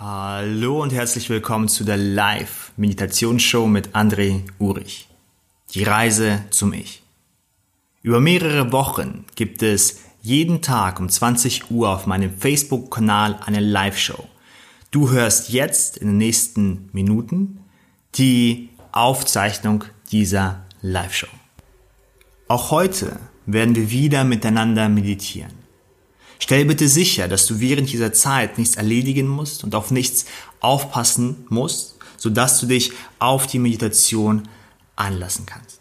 Hallo und herzlich willkommen zu der Live-Meditationsshow mit André Urich. Die Reise zum Ich. Über mehrere Wochen gibt es jeden Tag um 20 Uhr auf meinem Facebook-Kanal eine Live-Show. Du hörst jetzt in den nächsten Minuten die Aufzeichnung dieser Live-Show. Auch heute werden wir wieder miteinander meditieren. Stell bitte sicher, dass du während dieser Zeit nichts erledigen musst und auf nichts aufpassen musst, sodass du dich auf die Meditation einlassen kannst.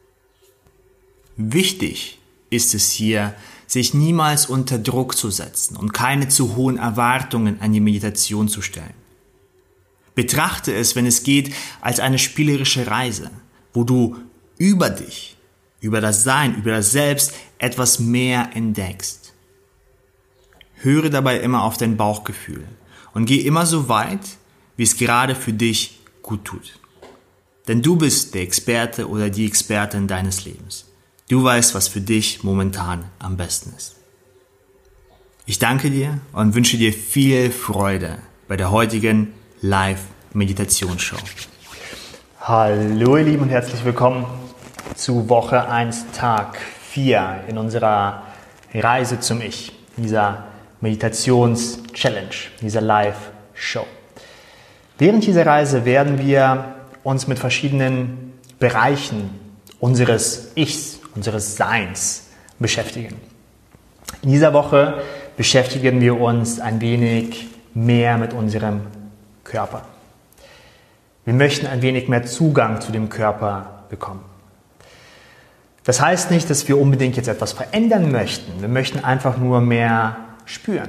Wichtig ist es hier, sich niemals unter Druck zu setzen und keine zu hohen Erwartungen an die Meditation zu stellen. Betrachte es, wenn es geht, als eine spielerische Reise, wo du über dich, über das Sein, über das Selbst etwas mehr entdeckst. Höre dabei immer auf dein Bauchgefühl und geh immer so weit, wie es gerade für dich gut tut. Denn du bist der Experte oder die Expertin deines Lebens. Du weißt, was für dich momentan am besten ist. Ich danke dir und wünsche dir viel Freude bei der heutigen Live-Meditationsshow. Hallo ihr Lieben und herzlich willkommen zu Woche 1, Tag 4 in unserer Reise zum Ich, dieser Meditations-Challenge, dieser Live-Show. Während dieser Reise werden wir uns mit verschiedenen Bereichen unseres Ichs, unseres Seins beschäftigen. In dieser Woche beschäftigen wir uns ein wenig mehr mit unserem Körper. Wir möchten ein wenig mehr Zugang zu dem Körper bekommen. Das heißt nicht, dass wir unbedingt jetzt etwas verändern möchten. Wir möchten einfach nur mehr spüren,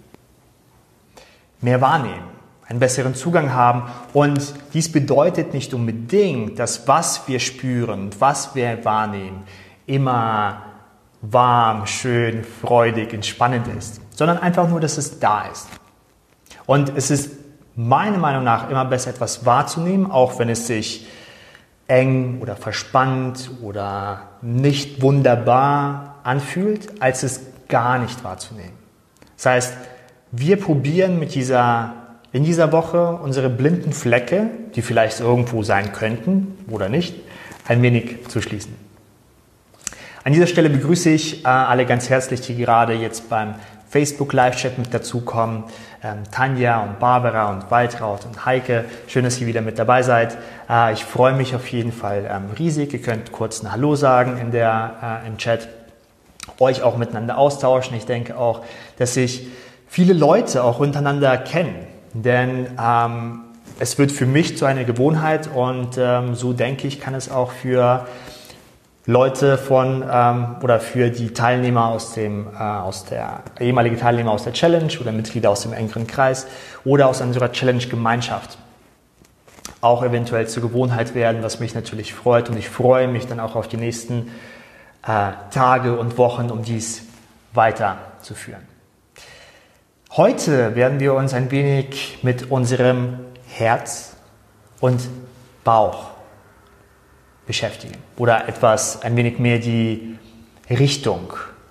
mehr wahrnehmen, einen besseren Zugang haben. Und dies bedeutet nicht unbedingt, dass was wir spüren, was wir wahrnehmen, immer warm, schön, freudig, entspannend ist, sondern einfach nur, dass es da ist. Und es ist meiner Meinung nach immer besser, etwas wahrzunehmen, auch wenn es sich eng oder verspannt oder nicht wunderbar anfühlt, als es gar nicht wahrzunehmen. Das heißt, wir probieren in dieser Woche unsere blinden Flecke, die vielleicht irgendwo sein könnten oder nicht, ein wenig zu schließen. An dieser Stelle begrüße ich alle ganz herzlich, die gerade jetzt beim Facebook-Live-Chat mit dazukommen. Tanja und Barbara und Waltraud und Heike. Schön, dass ihr wieder mit dabei seid. Ich freue mich auf jeden Fall riesig. Ihr könnt kurz ein Hallo sagen im Chat. Euch auch miteinander austauschen. Ich denke auch, dass sich viele Leute auch untereinander kennen. Denn es wird für mich zu einer Gewohnheit und so denke ich, kann es auch für Leute oder für die Teilnehmer ehemalige Teilnehmer aus der Challenge oder Mitglieder aus dem engeren Kreis oder aus unserer Challenge-Gemeinschaft auch eventuell zur Gewohnheit werden, was mich natürlich freut. Und ich freue mich dann auch auf die nächsten Tage und Wochen, um dies weiterzuführen. Heute werden wir uns ein wenig mit unserem Herz und Bauch beschäftigen oder ein wenig mehr die Richtung,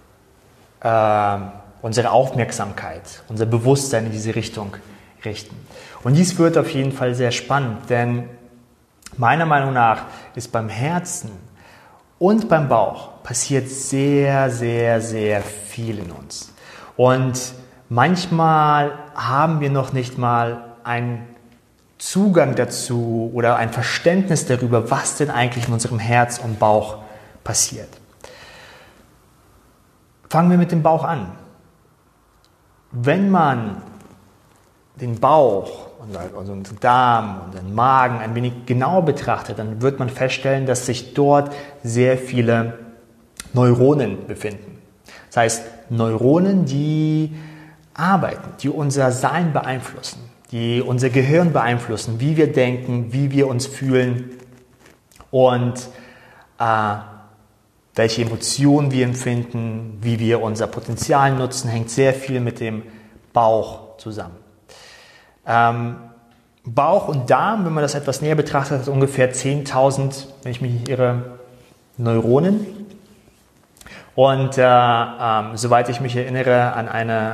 unsere Aufmerksamkeit, unser Bewusstsein in diese Richtung richten. Und dies wird auf jeden Fall sehr spannend, denn meiner Meinung nach ist beim Herzen und beim Bauch passiert sehr, sehr, sehr viel in uns. Und manchmal haben wir noch nicht mal einen Zugang dazu oder ein Verständnis darüber, was denn eigentlich in unserem Herz und Bauch passiert. Fangen wir mit dem Bauch an. Wenn man den Bauch, unseren Darm und den Magen ein wenig genauer betrachtet, dann wird man feststellen, dass sich dort sehr viele Neuronen befinden. Das heißt, Neuronen, die arbeiten, die unser Sein beeinflussen, die unser Gehirn beeinflussen, wie wir denken, wie wir uns fühlen und welche Emotionen wir empfinden, wie wir unser Potenzial nutzen, hängt sehr viel mit dem Bauch zusammen. Bauch und Darm, wenn man das etwas näher betrachtet, hat ungefähr 10.000, wenn ich mich nicht irre, Neuronen. Und soweit ich mich erinnere an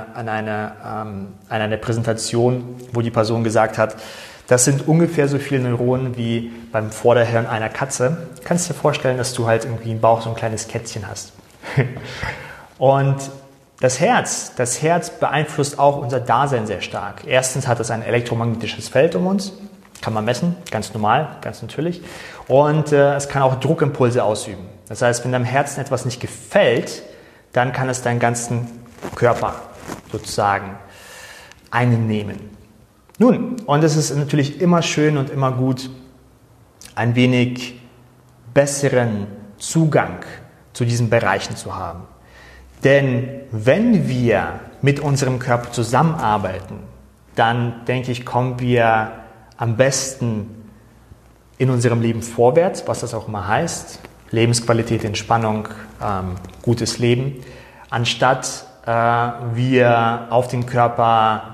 eine Präsentation, wo die Person gesagt hat, das sind ungefähr so viele Neuronen wie beim Vorderhirn einer Katze. Du kannst dir vorstellen, dass du halt irgendwie im Bauch so ein kleines Kätzchen hast. Und das Herz beeinflusst auch unser Dasein sehr stark. Erstens hat es ein elektromagnetisches Feld um uns, kann man messen, ganz normal, ganz natürlich. Und es kann auch Druckimpulse ausüben. Das heißt, wenn deinem Herzen etwas nicht gefällt, dann kann es deinen ganzen Körper sozusagen einnehmen. Nun, und es ist natürlich immer schön und immer gut, ein wenig besseren Zugang zu diesen Bereichen zu haben. Denn wenn wir mit unserem Körper zusammenarbeiten, dann denke ich, kommen wir am besten in unserem Leben vorwärts, was das auch immer heißt. Lebensqualität, Entspannung, gutes Leben, anstatt wir auf den Körper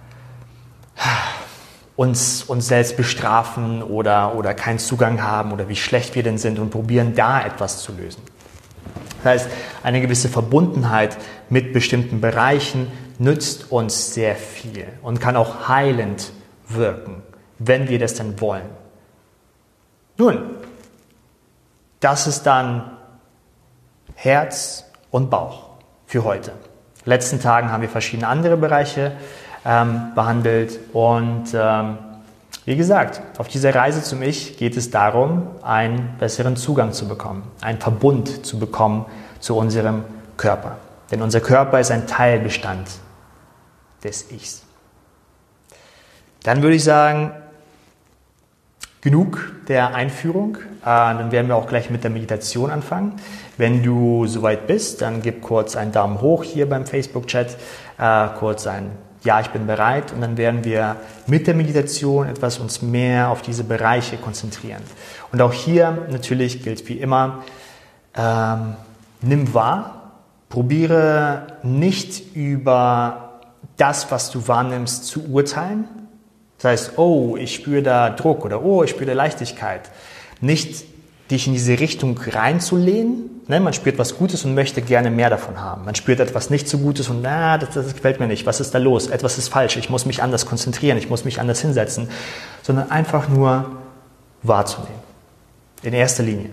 uns selbst bestrafen oder keinen Zugang haben oder wie schlecht wir denn sind und probieren da etwas zu lösen. Das heißt, eine gewisse Verbundenheit mit bestimmten Bereichen nützt uns sehr viel und kann auch heilend wirken, wenn wir das dann wollen. Nun, das ist dann Herz und Bauch für heute. In den letzten Tagen haben wir verschiedene andere Bereiche behandelt und wie gesagt, auf dieser Reise zum Ich geht es darum, einen besseren Zugang zu bekommen, einen Verbund zu bekommen zu unserem Körper. Denn unser Körper ist ein Teilbestand des Ichs. Dann würde ich sagen, genug der Einführung. Dann werden wir auch gleich mit der Meditation anfangen. Wenn du soweit bist, dann gib kurz einen Daumen hoch hier beim Facebook-Chat, kurz ein Ja, ich bin bereit, und dann werden wir mit der Meditation etwas uns mehr auf diese Bereiche konzentrieren. Und auch hier natürlich gilt wie immer, nimm wahr, probiere nicht über das, was du wahrnimmst, zu urteilen. Das heißt, oh, ich spüre da Druck oder oh, ich spüre da Leichtigkeit. Nicht dich in diese Richtung reinzulehnen. Ne? Man spürt was Gutes und möchte gerne mehr davon haben. Man spürt etwas nicht so Gutes und das gefällt mir nicht. Was ist da los? Etwas ist falsch. Ich muss mich anders konzentrieren. Ich muss mich anders hinsetzen. Sondern einfach nur wahrzunehmen. In erster Linie.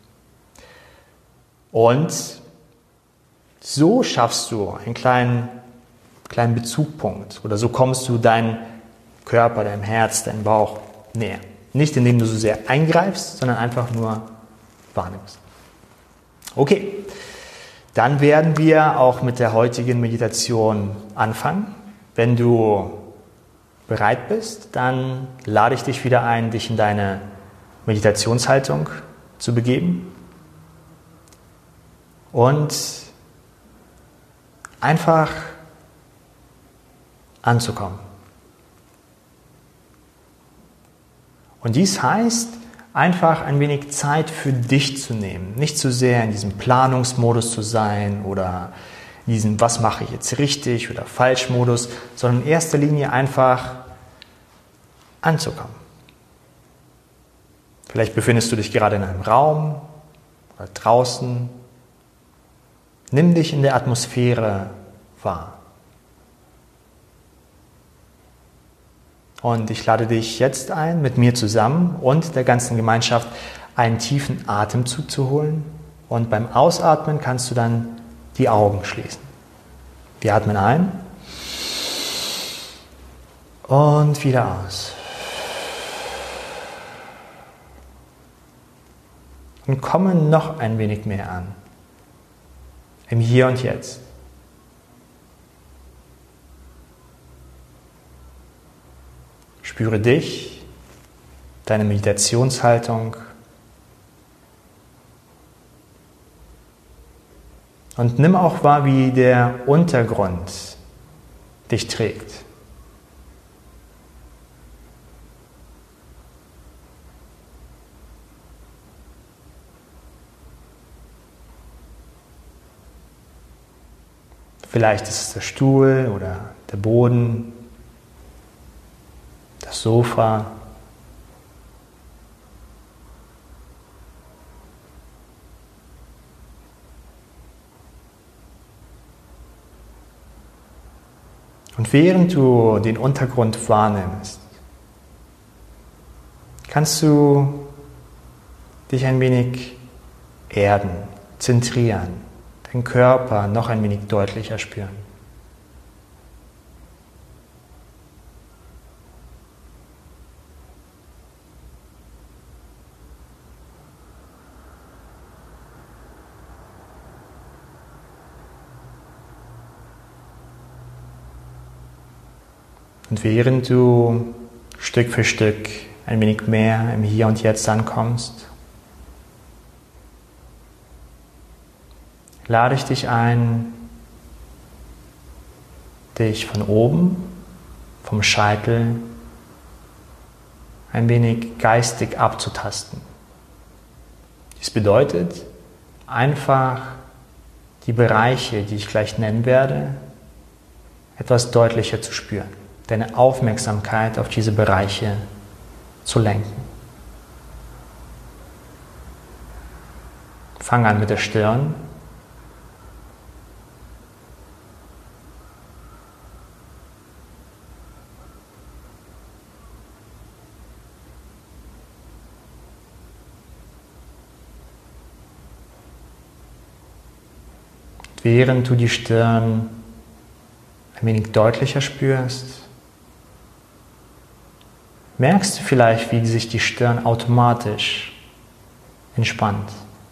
Und so schaffst du einen kleinen Bezugpunkt. Oder so kommst du deinen Körper, deinem Herz, deinem Bauch näher. Nicht indem du so sehr eingreifst, sondern einfach nur wahrnimmst. Okay, dann werden wir auch mit der heutigen Meditation anfangen. Wenn du bereit bist, dann lade ich dich wieder ein, dich in deine Meditationshaltung zu begeben und einfach anzukommen. Und dies heißt, einfach ein wenig Zeit für dich zu nehmen. Nicht zu sehr in diesem Planungsmodus zu sein oder in diesem was mache ich jetzt richtig oder falsch Modus, sondern in erster Linie einfach anzukommen. Vielleicht befindest du dich gerade in einem Raum oder draußen. Nimm dich in der Atmosphäre wahr. Und ich lade dich jetzt ein, mit mir zusammen und der ganzen Gemeinschaft einen tiefen Atemzug zu holen. Und beim Ausatmen kannst du dann die Augen schließen. Wir atmen ein und wieder aus. Und kommen noch ein wenig mehr an. Im Hier und Jetzt. Spüre dich, deine Meditationshaltung und nimm auch wahr, wie der Untergrund dich trägt. Vielleicht ist es der Stuhl oder der Boden, das Sofa. Und während du den Untergrund wahrnimmst, kannst du dich ein wenig erden, zentrieren, deinen Körper noch ein wenig deutlicher spüren. Und während du Stück für Stück ein wenig mehr im Hier und Jetzt ankommst, lade ich dich ein, dich von oben, vom Scheitel, ein wenig geistig abzutasten. Dies bedeutet, einfach die Bereiche, die ich gleich nennen werde, etwas deutlicher zu spüren. Deine Aufmerksamkeit auf diese Bereiche zu lenken. Fang an mit der Stirn. Während du die Stirn ein wenig deutlicher spürst, merkst du vielleicht, wie sich die Stirn automatisch entspannt.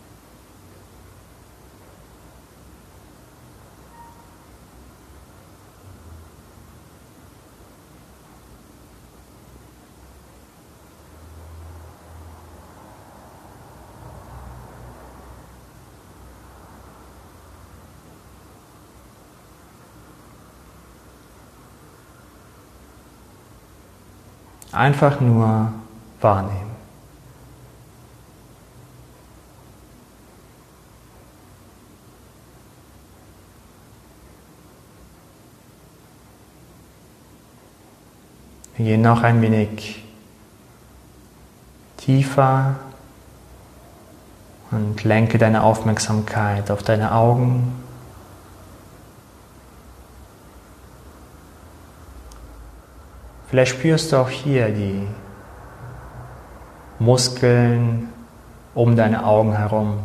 Einfach nur wahrnehmen. Wir gehen noch ein wenig tiefer und lenke deine Aufmerksamkeit auf deine Augen. Vielleicht spürst du auch hier die Muskeln um deine Augen herum.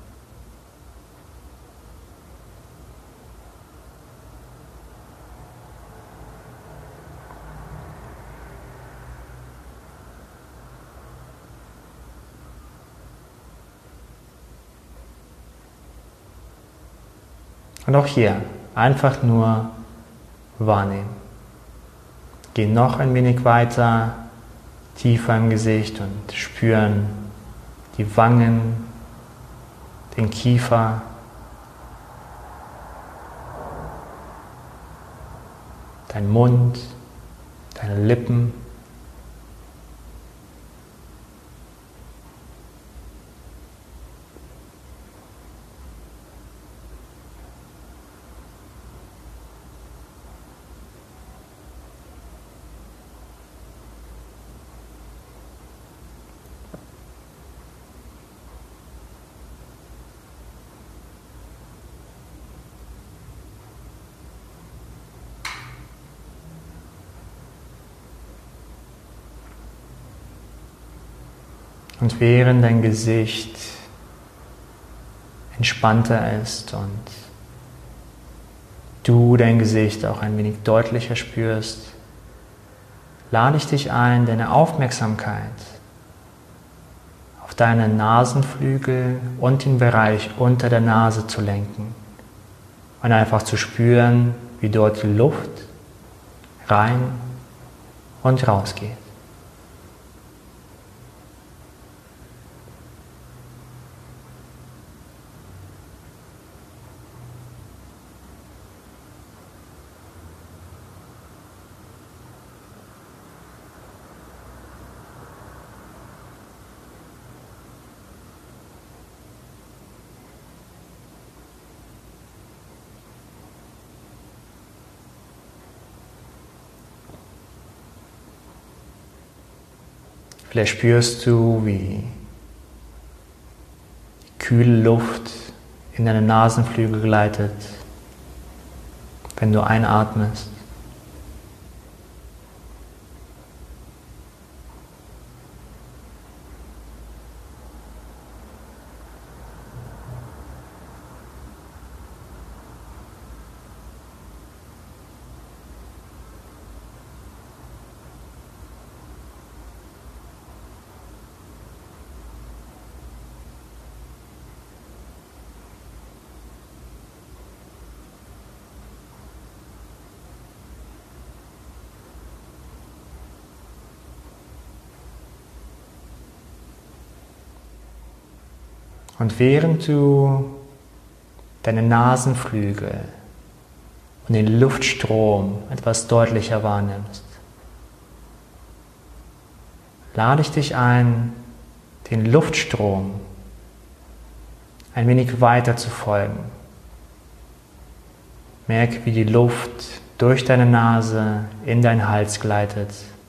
Und auch hier einfach nur wahrnehmen. Geh noch ein wenig weiter, tiefer im Gesicht und spüren die Wangen, den Kiefer, dein Mund, deine Lippen. Und während dein Gesicht entspannter ist und du dein Gesicht auch ein wenig deutlicher spürst, lade ich dich ein, deine Aufmerksamkeit auf deine Nasenflügel und den Bereich unter der Nase zu lenken und einfach zu spüren, wie dort die Luft rein und raus geht. Vielleicht spürst du, wie die kühle Luft in deine Nasenflügel gleitet, wenn du einatmest. Und während du deine Nasenflügel und den Luftstrom etwas deutlicher wahrnimmst, lade ich dich ein, den Luftstrom ein wenig weiter zu folgen. Merke, wie die Luft durch deine Nase in deinen Hals gleitet.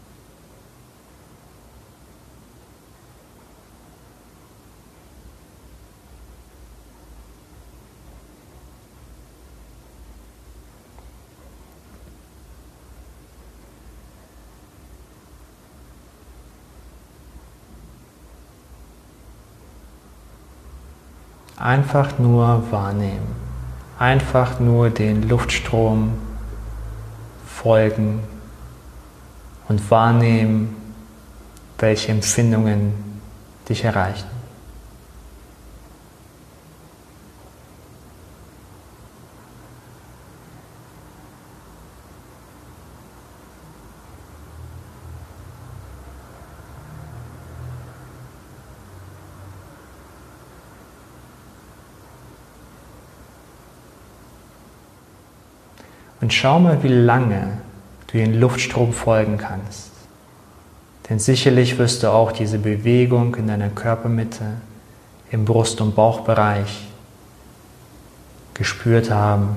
Einfach nur wahrnehmen. Einfach nur den Luftstrom folgen und wahrnehmen, welche Empfindungen dich erreichen. Und schau mal, wie lange du den Luftstrom folgen kannst. Denn sicherlich wirst du auch diese Bewegung in deiner Körpermitte, im Brust- und Bauchbereich gespürt haben,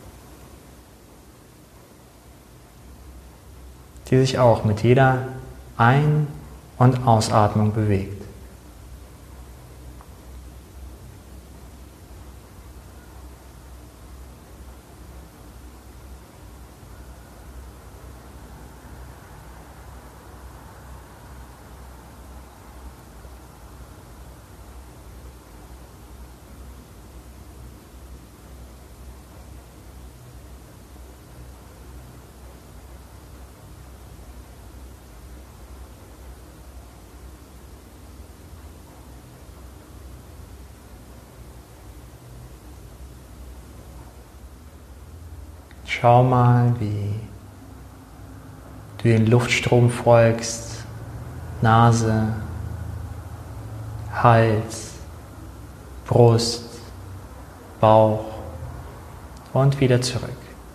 die sich auch mit jeder Ein- und Ausatmung bewegt. Schau mal, wie du den Luftstrom folgst, Nase, Hals, Brust, Bauch und wieder zurück.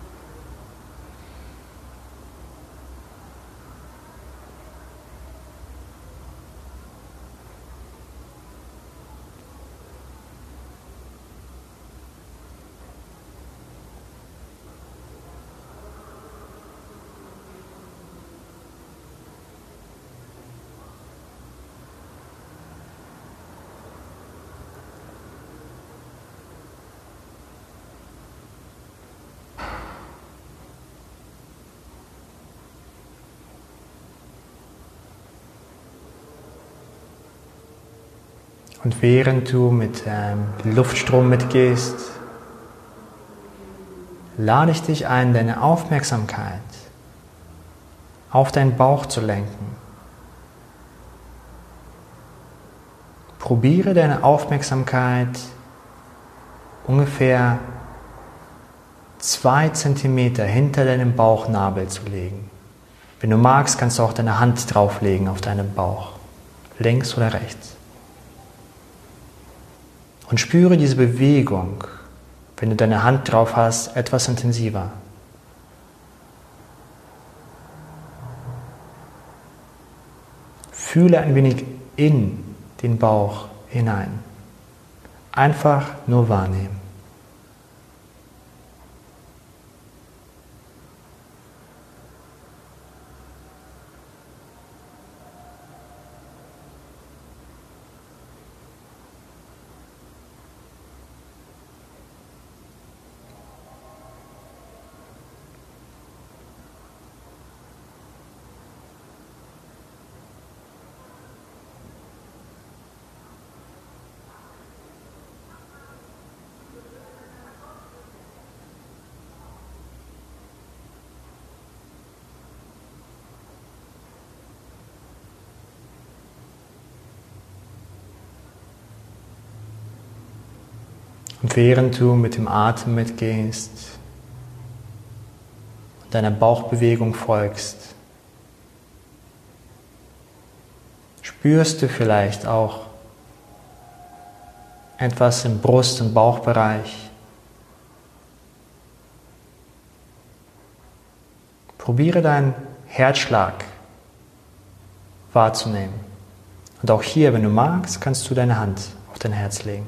Und während du mit dem Luftstrom mitgehst, lade ich dich ein, deine Aufmerksamkeit auf deinen Bauch zu lenken. Probiere deine Aufmerksamkeit ungefähr 2 Zentimeter hinter deinem Bauchnabel zu legen. Wenn du magst, kannst du auch deine Hand drauflegen auf deinen Bauch, links oder rechts. Und spüre diese Bewegung, wenn du deine Hand drauf hast, etwas intensiver. Fühle ein wenig in den Bauch hinein. Einfach nur wahrnehmen. Und während du mit dem Atem mitgehst und deiner Bauchbewegung folgst, spürst du vielleicht auch etwas im Brust- und Bauchbereich. Probiere deinen Herzschlag wahrzunehmen. Und auch hier, wenn du magst, kannst du deine Hand auf dein Herz legen.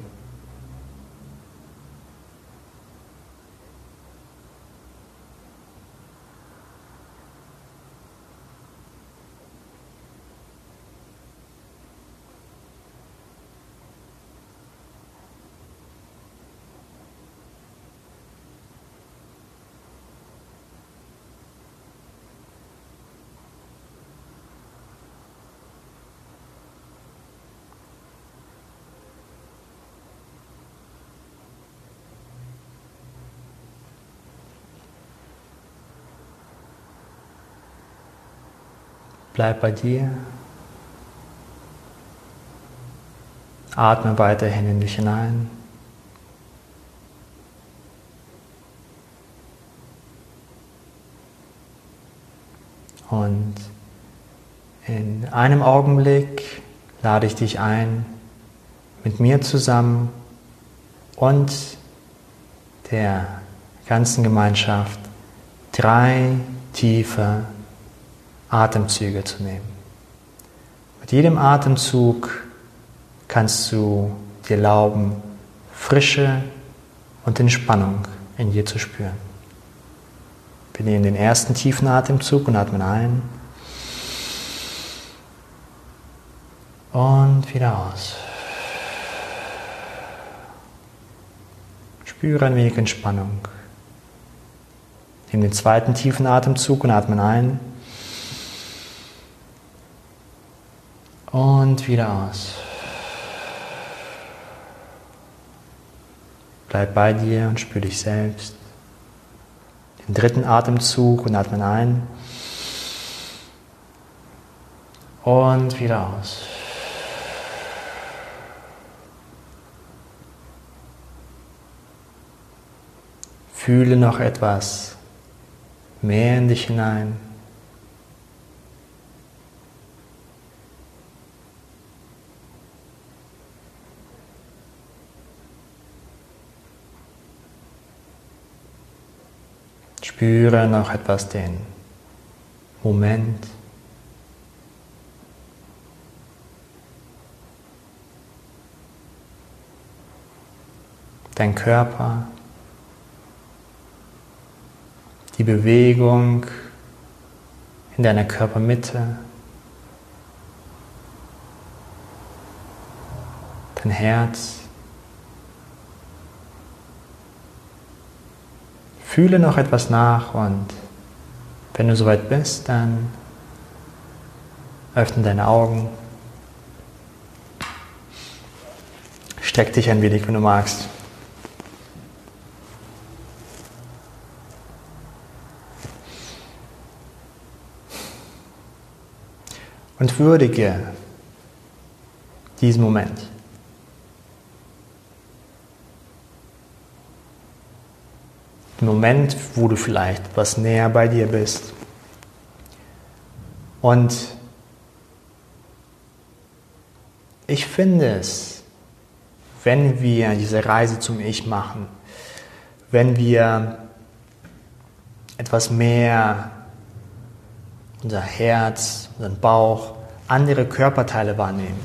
Bleib bei dir. Atme weiterhin in dich hinein. Und in einem Augenblick lade ich dich ein, mit mir zusammen und der ganzen Gemeinschaft 3 tiefe Atemzüge zu nehmen. Mit jedem Atemzug kannst du dir erlauben, Frische und Entspannung in dir zu spüren. Wir nehmen den ersten tiefen Atemzug und atmen ein und wieder aus. Spüre ein wenig Entspannung. Nehmen den zweiten tiefen Atemzug und atmen ein. Und wieder aus. Bleib bei dir und spür dich selbst. Den dritten Atemzug und atmen ein. Und wieder aus. Fühle noch etwas mehr in dich hinein. Spüre noch etwas den Moment. Dein Körper. Die Bewegung in deiner Körpermitte. Dein Herz. Fühle noch etwas nach und wenn du soweit bist, dann öffne deine Augen. Streck dich ein wenig, wenn du magst. Und würdige diesen Moment. Im Moment, wo du vielleicht etwas näher bei dir bist. Und ich finde es, wenn wir diese Reise zum Ich machen, wenn wir etwas mehr unser Herz, unseren Bauch, andere Körperteile wahrnehmen,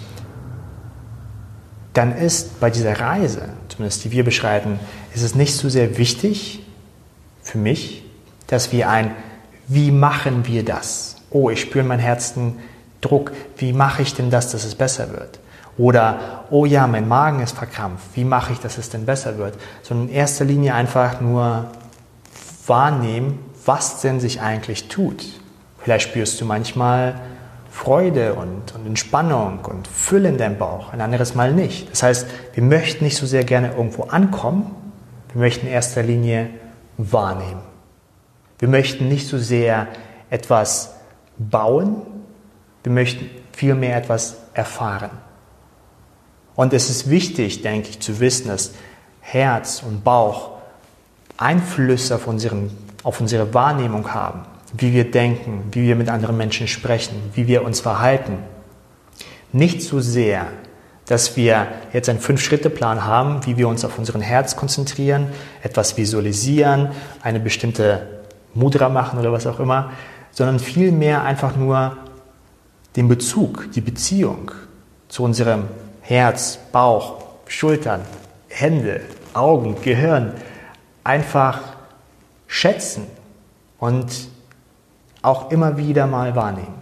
dann ist bei dieser Reise, zumindest die wir beschreiten, ist es nicht so sehr wichtig für mich, dass wir wie machen wir das? Oh, ich spüre in meinem Herzen Druck. Wie mache ich denn das, dass es besser wird? Oder, oh ja, mein Magen ist verkrampft. Wie mache ich, dass es denn besser wird? Sondern in erster Linie einfach nur wahrnehmen, was denn sich eigentlich tut. Vielleicht spürst du manchmal Freude und Entspannung und Fülle in deinem Bauch, ein anderes Mal nicht. Das heißt, wir möchten nicht so sehr gerne irgendwo ankommen, wir möchten in erster Linie wahrnehmen. Wir möchten nicht so sehr etwas bauen, wir möchten vielmehr etwas erfahren. Und es ist wichtig, denke ich, zu wissen, dass Herz und Bauch Einflüsse auf unsere Wahrnehmung haben. Wie wir denken, wie wir mit anderen Menschen sprechen, wie wir uns verhalten. Nicht so sehr, dass wir jetzt einen 5-Schritte-Plan haben, wie wir uns auf unseren Herz konzentrieren, etwas visualisieren, eine bestimmte Mudra machen oder was auch immer, sondern vielmehr einfach nur den Bezug, die Beziehung zu unserem Herz, Bauch, Schultern, Hände, Augen, Gehirn einfach schätzen und auch immer wieder mal wahrnehmen.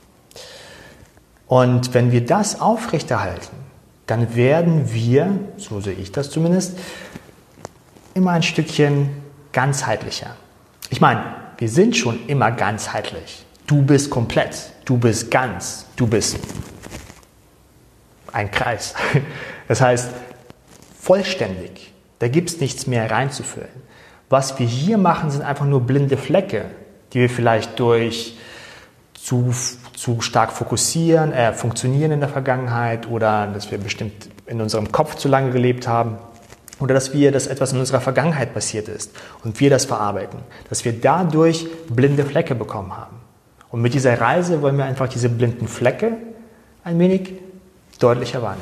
Und wenn wir das aufrechterhalten, dann werden wir, so sehe ich das zumindest, immer ein Stückchen ganzheitlicher. Ich meine, wir sind schon immer ganzheitlich. Du bist komplett, du bist ganz, du bist ein Kreis. Das heißt, vollständig, da gibt es nichts mehr reinzufüllen. Was wir hier machen, sind einfach nur blinde Flecke, die wir vielleicht durch zu stark funktionieren in der Vergangenheit oder dass wir bestimmt in unserem Kopf zu lange gelebt haben oder dass etwas in unserer Vergangenheit passiert ist und wir das verarbeiten, dass wir dadurch blinde Flecke bekommen haben. Und mit dieser Reise wollen wir einfach diese blinden Flecke ein wenig deutlicher wahrnehmen.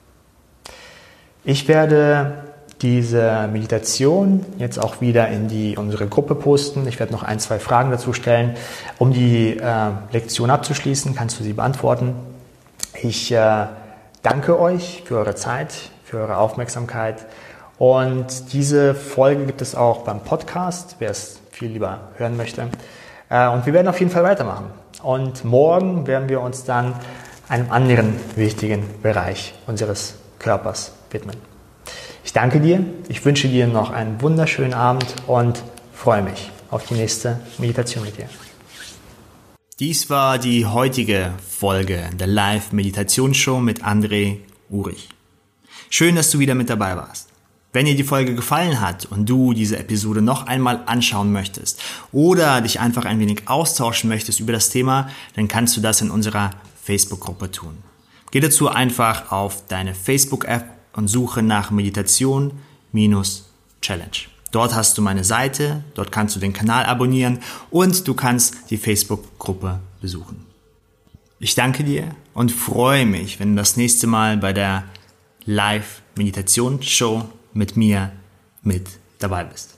Ich werde diese Meditation jetzt auch wieder in unsere Gruppe posten. Ich werde noch 1-2 Fragen dazu stellen. Um die Lektion abzuschließen, kannst du sie beantworten. Ich danke euch für eure Zeit, für eure Aufmerksamkeit. Und diese Folge gibt es auch beim Podcast, wer es viel lieber hören möchte. Und wir werden auf jeden Fall weitermachen. Und morgen werden wir uns dann einem anderen wichtigen Bereich unseres Körpers widmen. Ich danke dir, ich wünsche dir noch einen wunderschönen Abend und freue mich auf die nächste Meditation mit dir. Dies war die heutige Folge der Live-Meditationsshow mit André Urich. Schön, dass du wieder mit dabei warst. Wenn dir die Folge gefallen hat und du diese Episode noch einmal anschauen möchtest oder dich einfach ein wenig austauschen möchtest über das Thema, dann kannst du das in unserer Facebook-Gruppe tun. Geh dazu einfach auf deine Facebook-App und suche nach Meditation-Challenge. Dort hast du meine Seite, dort kannst du den Kanal abonnieren und du kannst die Facebook-Gruppe besuchen. Ich danke dir und freue mich, wenn du das nächste Mal bei der Live-Meditation-Show mit mir mit dabei bist.